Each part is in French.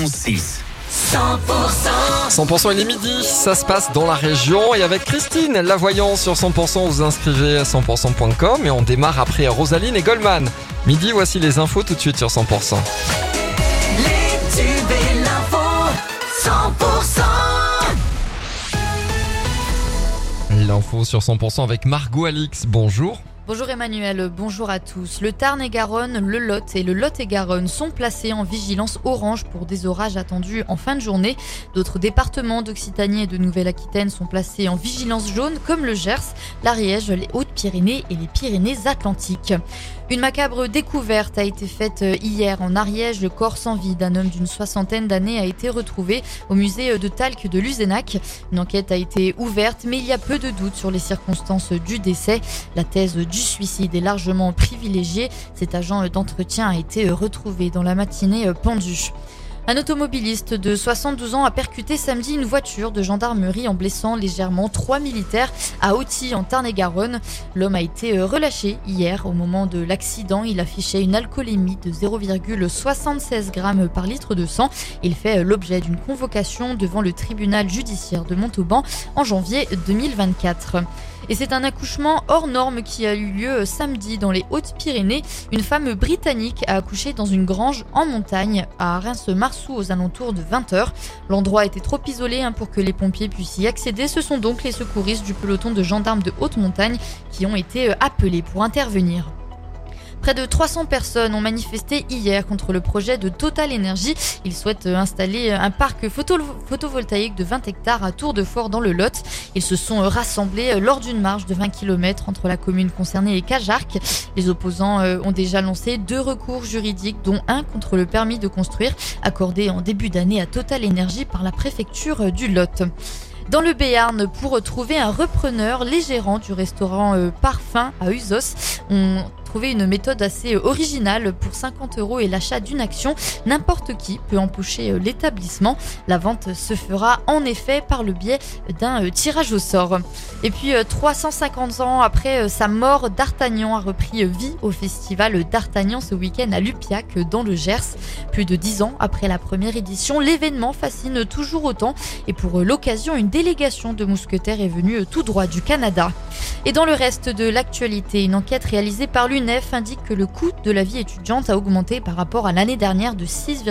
6. 100% il est midi, ça se passe dans la région et avec Christine, la voyance sur 100%, vous inscrivez à 100%.com et on démarre après Rosaline et Goldman. Midi, voici les infos tout de suite sur 100%. Les tubes et l'info, 100%. L'info sur 100% avec Margot Alix, bonjour. Bonjour Emmanuel, bonjour à tous. Le Tarn-et-Garonne, le Lot et le Lot-et-Garonne sont placés en vigilance orange pour des orages attendus en fin de journée. D'autres départements d'Occitanie et de Nouvelle-Aquitaine sont placés en vigilance jaune comme le Gers, l'Ariège, les Hautes-Pyrénées et les Pyrénées-Atlantiques. Une macabre découverte a été faite hier en Ariège. Le corps sans vie d'un homme d'une soixantaine d'années a été retrouvé au musée de Talc de Luzenac. Une enquête a été ouverte, mais il y a peu de doutes sur les circonstances du décès. La thèse du suicide est largement privilégiée. Cet agent d'entretien a été retrouvé dans la matinée pendu. Un automobiliste de 72 ans a percuté samedi une voiture de gendarmerie en blessant légèrement 3 militaires à Auty en Tarn-et-Garonne. L'homme a été relâché hier. Au moment de l'accident, il affichait une alcoolémie de 0,76 grammes par litre de sang. Il fait l'objet d'une convocation devant le tribunal judiciaire de Montauban en janvier 2024. Et c'est un accouchement hors norme qui a eu lieu samedi dans les Hautes-Pyrénées. Une femme britannique a accouché dans une grange en montagne à Reims-Marsoux aux alentours de 20h. L'endroit était trop isolé pour que les pompiers puissent y accéder. Ce sont donc les secouristes du peloton de gendarmes de haute montagne qui ont été appelés pour intervenir. Près de 300 personnes ont manifesté hier contre le projet de Total Energy. Ils souhaitent installer un parc photovoltaïque de 20 hectares à Tour-de-Fort dans le Lot. Ils se sont rassemblés lors d'une marche de 20 km entre la commune concernée et Cajarc. Les opposants ont déjà lancé 2 recours juridiques, dont un contre le permis de construire, accordé en début d'année à Total Energy par la préfecture du Lot. Dans le Béarn, pour trouver un repreneur, les gérants du restaurant Parfum à Uzos ont trouvé une méthode assez originale. Pour 50 € et l'achat d'une action, n'importe qui peut empocher l'établissement. La vente se fera en effet par le biais d'un tirage au sort. Et puis 350 ans après sa mort, D'Artagnan a repris vie au festival D'Artagnan ce week-end à Lupiac dans le Gers. Plus de 10 ans après la première édition, l'événement fascine toujours autant et pour l'occasion, une délégation de mousquetaires est venue tout droit du Canada. Et dans le reste de l'actualité, une enquête réalisée par l'UNEF indique que le coût de la vie étudiante a augmenté par rapport à l'année dernière de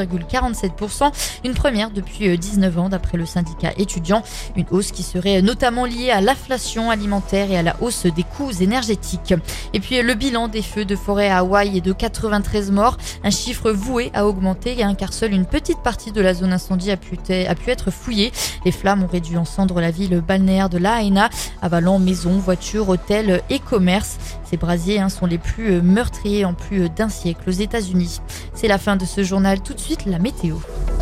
6,47%, une première depuis 19 ans d'après le syndicat étudiant. Une hausse qui serait notamment liée à l'inflation alimentaire et à la hausse des coûts énergétiques. Et puis le bilan des feux de forêt à Hawaï est de 93 morts, un chiffre voué à augmenter car seule une petite partie de la zone incendie a pu être fouillée. Les flammes ont réduit en cendres la ville balnéaire de Lahaina, avalant maisons, voitures, hôtels et commerces. Ces brasiers sont les plus meurtriers en plus d'un siècle aux États-Unis. C'est la fin de ce journal. Tout de suite, la météo.